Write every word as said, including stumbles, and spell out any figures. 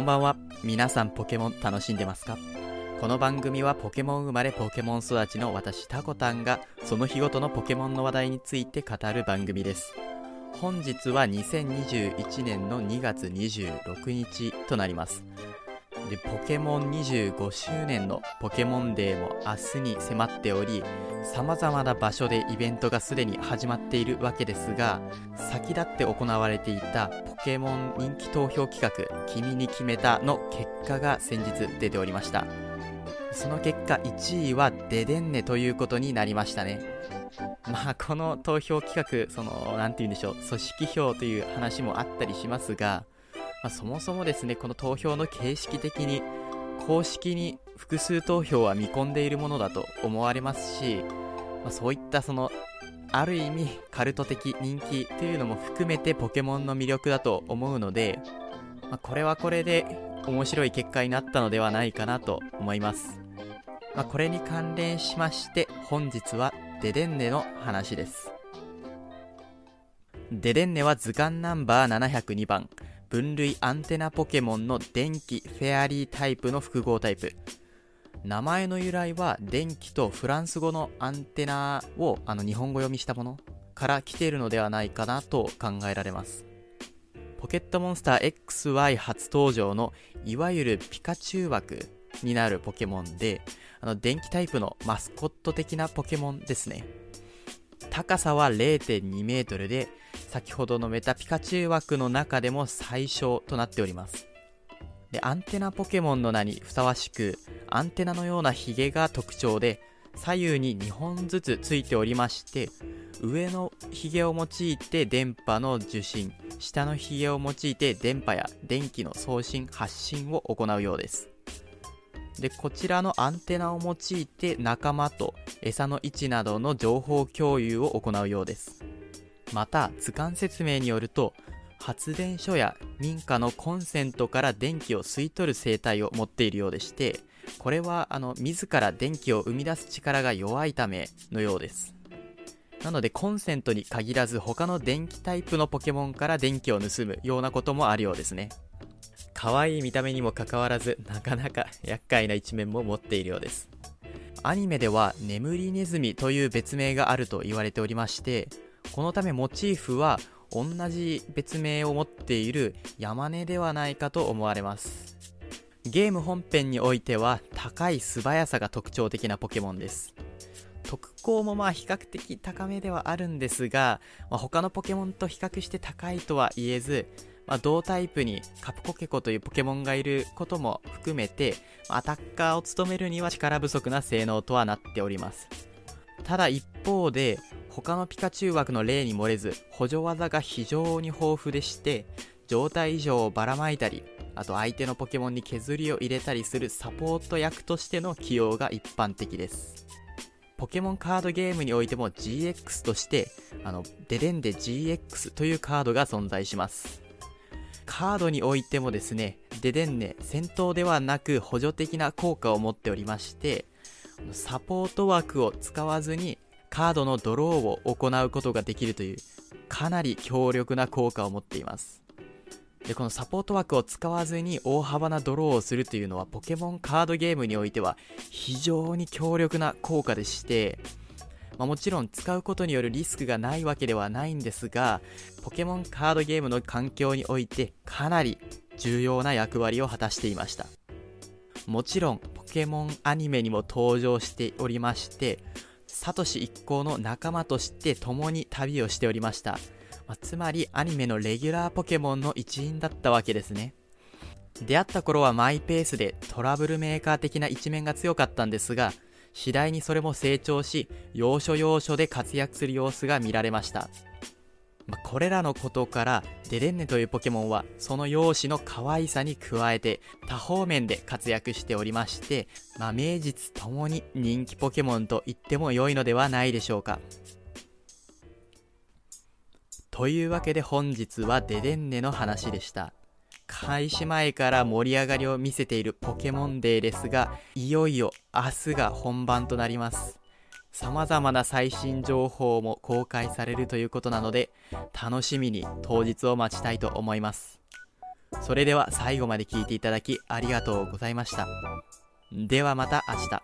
ばんは。皆さんポケモン楽しんでますか？この番組はポケモン生まれポケモン育ちの私タコタンがその日ごとのポケモンの話題について語る番組です。本日はにせんにじゅういちねんのにがつにじゅうろくにちとなります。で、ポケモンにじゅうごしゅうねんのポケモンデーも明日に迫っており、様々な場所でイベントがすでに始まっているわけですが、先立って行われていたポケモン人気投票企画君に決めたの結果が先日出ておりました。その結果いちいはデデンネということになりましたね。まあこの投票企画、そのなんて言うんでしょう、組織票という話もあったりしますが、まあ、そもそもですね、この投票の形式的に公式に複数投票は見込んでいるものだと思われますし、まあ、そういったそのある意味カルト的人気というのも含めてポケモンの魅力だと思うので、まあ、これはこれで面白い結果になったのではないかなと思います。まあ、これに関連しまして本日はデデンネの話です。デデンネは図鑑ナンバーななひゃくにばん、分類アンテナポケモンの電気フェアリータイプの複合タイプ。名前の由来は電気とフランス語のアンテナをあの日本語読みしたものから来ているのではないかなと考えられます。ポケットモンスター エックスワイ 初登場のいわゆるピカチュウ枠になるポケモンで、あの電気タイプのマスコット的なポケモンですね。高さは れいてんにメートルで、先ほどのメタピカチュウ枠の中でも最小となっております。で、アンテナポケモンの名にふさわしく、アンテナのようなヒゲが特徴で、左右ににほんずつついておりまして、上のヒゲを用いて電波の受信、下のヒゲを用いて電波や電気の送信発信を行うようです。で、こちらのアンテナを用いて仲間と餌の位置などの情報共有を行うようです。また図鑑説明によると、発電所や民家のコンセントから電気を吸い取る生態を持っているようでして、これはあの自ら電気を生み出す力が弱いためのようです。なのでコンセントに限らず他の電気タイプのポケモンから電気を盗むようなこともあるようですね。可愛い見た目にもかかわらず、なかなか厄介な一面も持っているようです。アニメでは眠りネズミという別名があると言われておりまして、このためモチーフは同じ別名を持っているヤマネではないかと思われます。ゲーム本編においては高い素早さが特徴的なポケモンです。特攻もまあ比較的高めではあるんですが、まあ、他のポケモンと比較して高いとは言えず、まあ、同タイプにカプコケコというポケモンがいることも含めて、アタッカーを務めるには力不足な性能とはなっております。ただ一方で他のピカチュウ枠の例に漏れず補助技が非常に豊富でして、状態異常をばらまいたり、あと相手のポケモンに削りを入れたりするサポート役としての起用が一般的です。ポケモンカードゲームにおいても ジーエックス としてあのデデンデ ジーエックス というカードが存在します。カードにおいてもですね、デデンネ戦闘ではなく補助的な効果を持っておりまして、サポート枠を使わずにカードのドローを行うことができるというかなり強力な効果を持っています。で、このサポート枠を使わずに大幅なドローをするというのはポケモンカードゲームにおいては非常に強力な効果でして、まあ、もちろん使うことによるリスクがないわけではないんですが、ポケモンカードゲームの環境においてかなり重要な役割を果たしていました。もちろんポケモンアニメにも登場しておりまして、サトシ一行の仲間として共に旅をしておりました。まあ、つまりアニメのレギュラーポケモンの一員だったわけですね。出会った頃はマイペースでトラブルメーカー的な一面が強かったんですが、次第にそれも成長し、要所要所で活躍する様子が見られました。まあ、これらのことからデデンネというポケモンはその容姿の可愛さに加えて多方面で活躍しておりまして、まあ、名実ともに人気ポケモンと言っても良いのではないでしょうか。というわけで本日はデデンネの話でした。開始前から盛り上がりを見せているポケモンデーですが、いよいよ明日が本番となります。様々な最新情報も公開されるということなので、楽しみに当日を待ちたいと思います。 それでは最後まで聞いていただきありがとうございました。ではまた明日。